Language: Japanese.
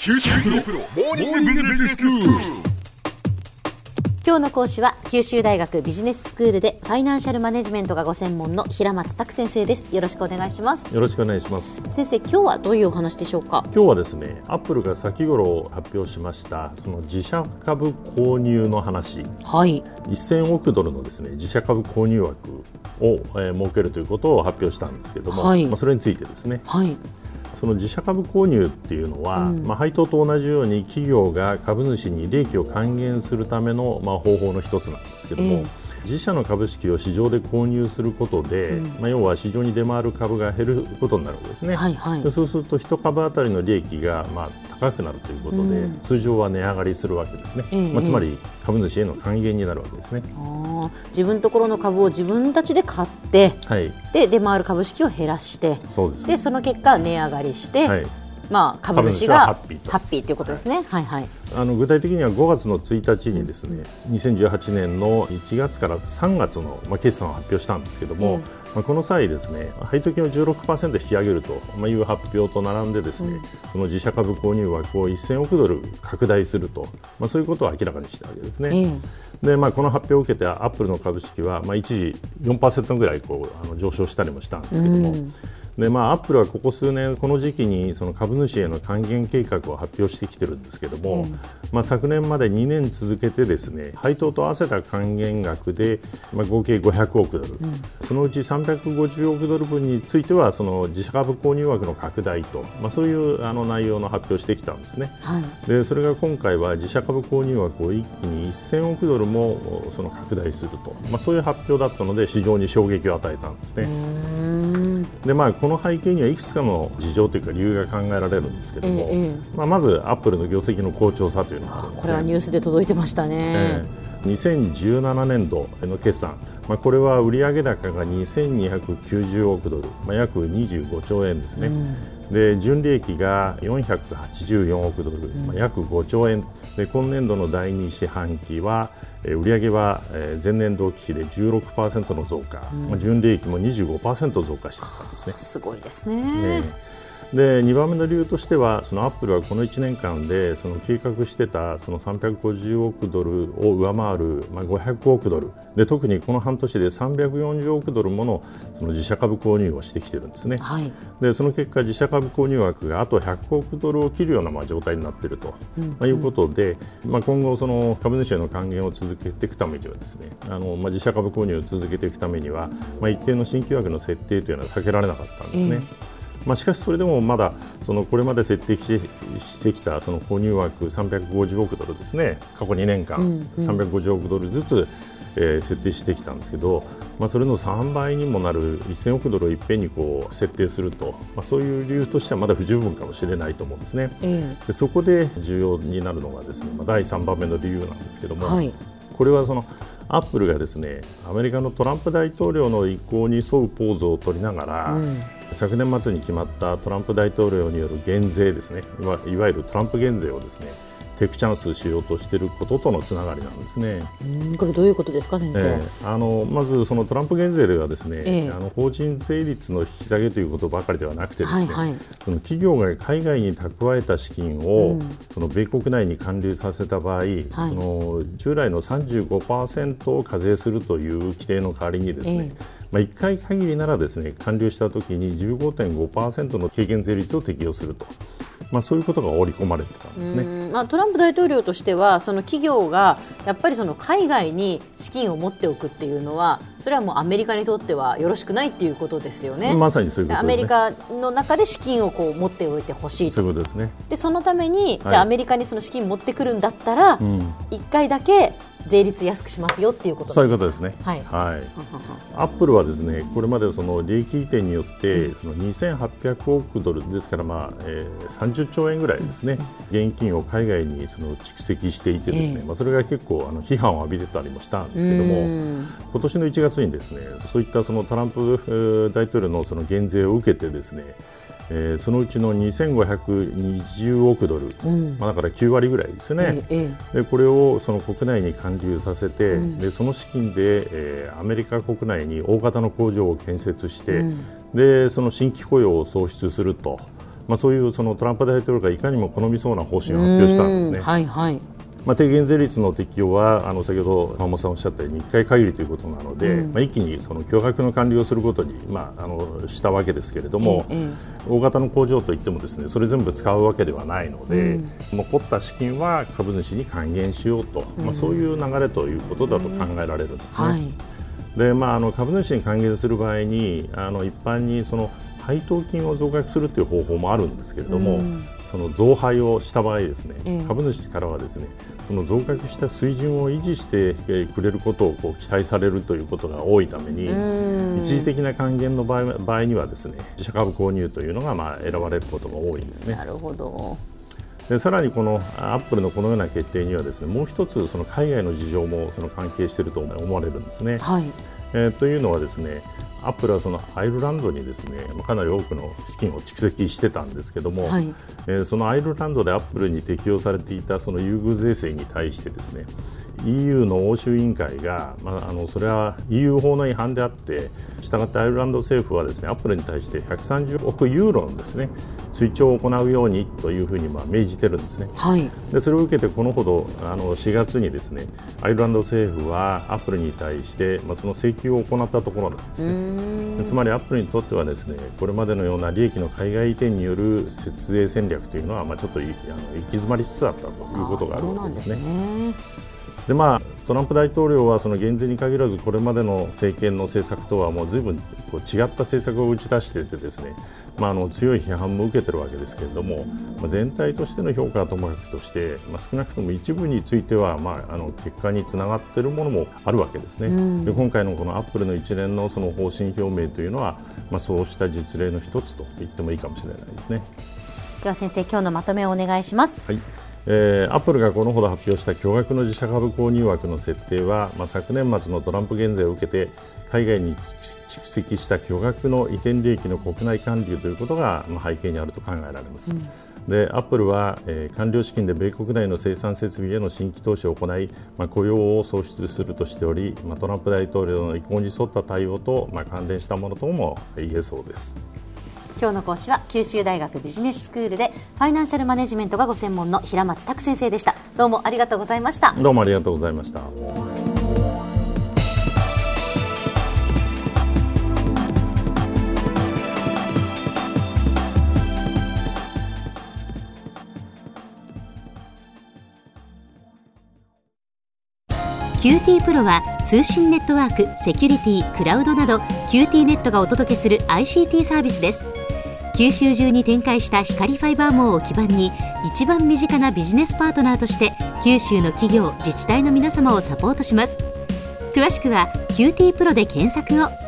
九州大学モーニングビジネススクール。 今日の講師は九州大学ビジネススクールでファイナンシャルマネジメントがご専門の平松卓先生です。よろしくお願いします。 よろしくお願いします。 先生、今日はどういうお話でしょうか？ 今日はですね、アップルが先頃発表しましたその自社株購入の話、 はい、 1000億ドルのですね自社株購入枠を、設けるということを発表したんですけども、 はいそれについてですね、 はい、 その自社株購入っていうのは、配当と同じように企業が株主に利益を還元するための、方法の一つなんですけども、自社の株式を市場で購入することで、要は市場に出回る株が減ることになるわけですね、 はいはい、 でそうすると1株当たりの利益が、高くなるということで、通常は値上がりするわけですね、つまり株主への還元になるわけですね。 自分のところの株を自分たちで買って、 はい、 で出回る株式を減らして、 そうですね、 でその結果値上がりして、 はい、 株主がハッピーということですね、 はいはい、具体的には5月の1日にですね、2018年の1月から3月の、決算を発表したんですけども、この際ですね、配当金を 16% 引き上げるという発表と並んでですね、その自社株購入枠を1000億ドル拡大すると、そういうことを明らかにしたわけですね。でこの発表を受けてアップルの株式は、一時 4% ぐらい上昇したりもしたんですけども、でアップルはここ数年この時期にその株主への還元計画を発表してきてるんですけども、昨年まで2年続けてですね配当と合わせた還元額で、合計500億ドル、そのうち350億ドル分についてはその自社株購入枠の拡大と、そういう内容の発表をしてきたんですね、でそれが今回は自社株購入枠を一気に1000億ドルもその拡大すると、そういう発表だったので市場に衝撃を与えたんですね。でこの背景にはいくつかの事情というか理由が考えられるんですけども、まずアップルの業績の好調さというのがあるんですね。 これはニュースで届いてましたね。 2017年度の決算、これは売上高が2290億ドル、約25兆円ですね、で純利益が484億ドル、約5兆円で、今年度の第2四半期は売上は前年同期比で 16% の増加、純利益も 25% 増加したんですね。 すごいですね。 で2番目の理由としては、そのアップルはこの1年間でその計画してたその350億ドルを上回る、500億ドルで、特にこの半年で340億ドルものその自社株購入をしてきてるんですね、でその結果自社株購入額があと100億ドルを切るような状態になっていると、いうことで、今後その株主への還元を続けていくためにはですね、自社株購入を続けていくためには、一定の新規枠の設定というのは避けられなかったんですね。しかしそれでもまだこれまで設定してきたその購入枠350億ドルですね、過去2年間350億ドルずつ、設定してきたんですけど、それの3倍にもなる1000億ドルをいっぺんに設定すると、そういう理由としてはまだ不十分かもしれないと思うんですね、でそこで重要になるのがですね、第3番目の理由なんですけども、これはそのアップルがですねアメリカのトランプ大統領の意向に沿うポーズを取りながら、昨年末に決まったトランプ大統領による減税ですね、いわゆるトランプ減税をですねテイクチャンスしようとしていることとのつながりなんですね。 これどういうことですか、先生？ まずそのトランプ減税ではですね、法人税率の引き下げということばかりではなくてですね、その企業が海外に蓄えた資金を、その米国内に還流させた場合、その従来の 35% を課税するという規定の代わりにですね、1回限りならですね還流したときに 15.5% の軽減税率を適用すると。そういうことが織り込まれてたんですね。 トランプ大統領としてはその企業がやっぱりその海外に資金を持っておくっていうのは、それはもうアメリカにとってはよろしくないっていうことですよね。 まさにそういうことですね。 アメリカの中で資金を持っておいてほしいと。 そういうことですね。 でそのために、じゃあアメリカにその資金持ってくるんだったら、1回だけ税率安くしますよっていうことなんですか？そういうことですね。 アップルはですねこれまでその利益移転によってその2800億ドルですから、30兆円ぐらいですね、現金を海外にその蓄積していてですね、それが結構批判を浴びてたりもしたんですけども、今年の1月にですねそういったそのトランプ大統領のその減税を受けてですね、そのうちの2520億ドル、だから9割ぐらいですよね、でこれをその国内に還流させて、でその資金で、アメリカ国内に大型の工場を建設して、でその新規雇用を創出すると、 そういうそのトランプ大統領がいかにも好みそうな方針を発表したんですね。 はいはい。 低減税率の適用は先ほど川本さんおっしゃったように1回限りということなので、一気にその巨額の管理をすることに、したわけですけれども、大型の工場といってもですね、それ全部使うわけではないので、残った資金は株主に還元しようと、そういう流れということだと考えられるんですね。はい、で株主に還元する場合に一般にその配当金を増額するという方法もあるんですけれども、その増配をした場合ですね、株主からはですね、その増額した水準を維持してくれることを期待されるということが多いために、一時的な還元の場合にはですね、自社株購入というのが選ばれることが多いんですね。 なるほど。 でさらにこのアップルのこのような決定にはですね、もう一つその海外の事情もその関係していると思われるんですね。はい、というのはですね、アップルはそのアイルランドにですね、かなり多くの資金を蓄積してたんですけども、はい、そのアイルランドでアップルに適用されていたその優遇税制に対してですね、EU の欧州委員会が、それは EU 法の違反であって、したがってアイルランド政府はですね、アップルに対して130億ユーロのですね、追徴を行うようにというふうに命じてるんですね。はい、でそれを受けてこのほど4月にですね、アイルランド政府はアップルに対して、その請求を行ったところなんですね。つまりアップルにとってはですね、これまでのような利益の海外移転による節税戦略というのはちょっと行き詰まりつつあったということがあるわけですね。でトランプ大統領はその減税に限らずこれまでの政権の政策とはもう随分違った政策を打ち出していてですね、強い批判も受けているわけですけれども、全体としての評価はともかくとして、少なくとも一部については結果につながっているものもあるわけですね。で今回のこのアップルの一連のその方針表明というのは、そうした実例の一つと言ってもいいかもしれないですね。 では先生、今日のまとめをお願いします。 はい、アップルがこのほど発表した巨額の自社株購入枠の設定は、昨年末のトランプ減税を受けて海外に蓄積した巨額の移転利益の国内還流ということが背景にあると考えられます。でアップルは、官僚資金で米国内の生産設備への新規投資を行い、雇用を創出するとしており、トランプ大統領の意向に沿った対応と、関連したものとも言えそうです。 今日の講師は九州大学ビジネススクールでファイナンシャルマネジメントがご専門の平松卓先生でした。どうもありがとうございました。 どうもありがとうございました。 QT プロは通信ネットワーク、セキュリティ、クラウドなど QT ネットがお届けする ICT サービスです。九州中に展開した光ファイバー網を基盤に一番身近なビジネスパートナーとして九州の企業、自治体の皆様をサポートします。詳しくは QT プロで検索を。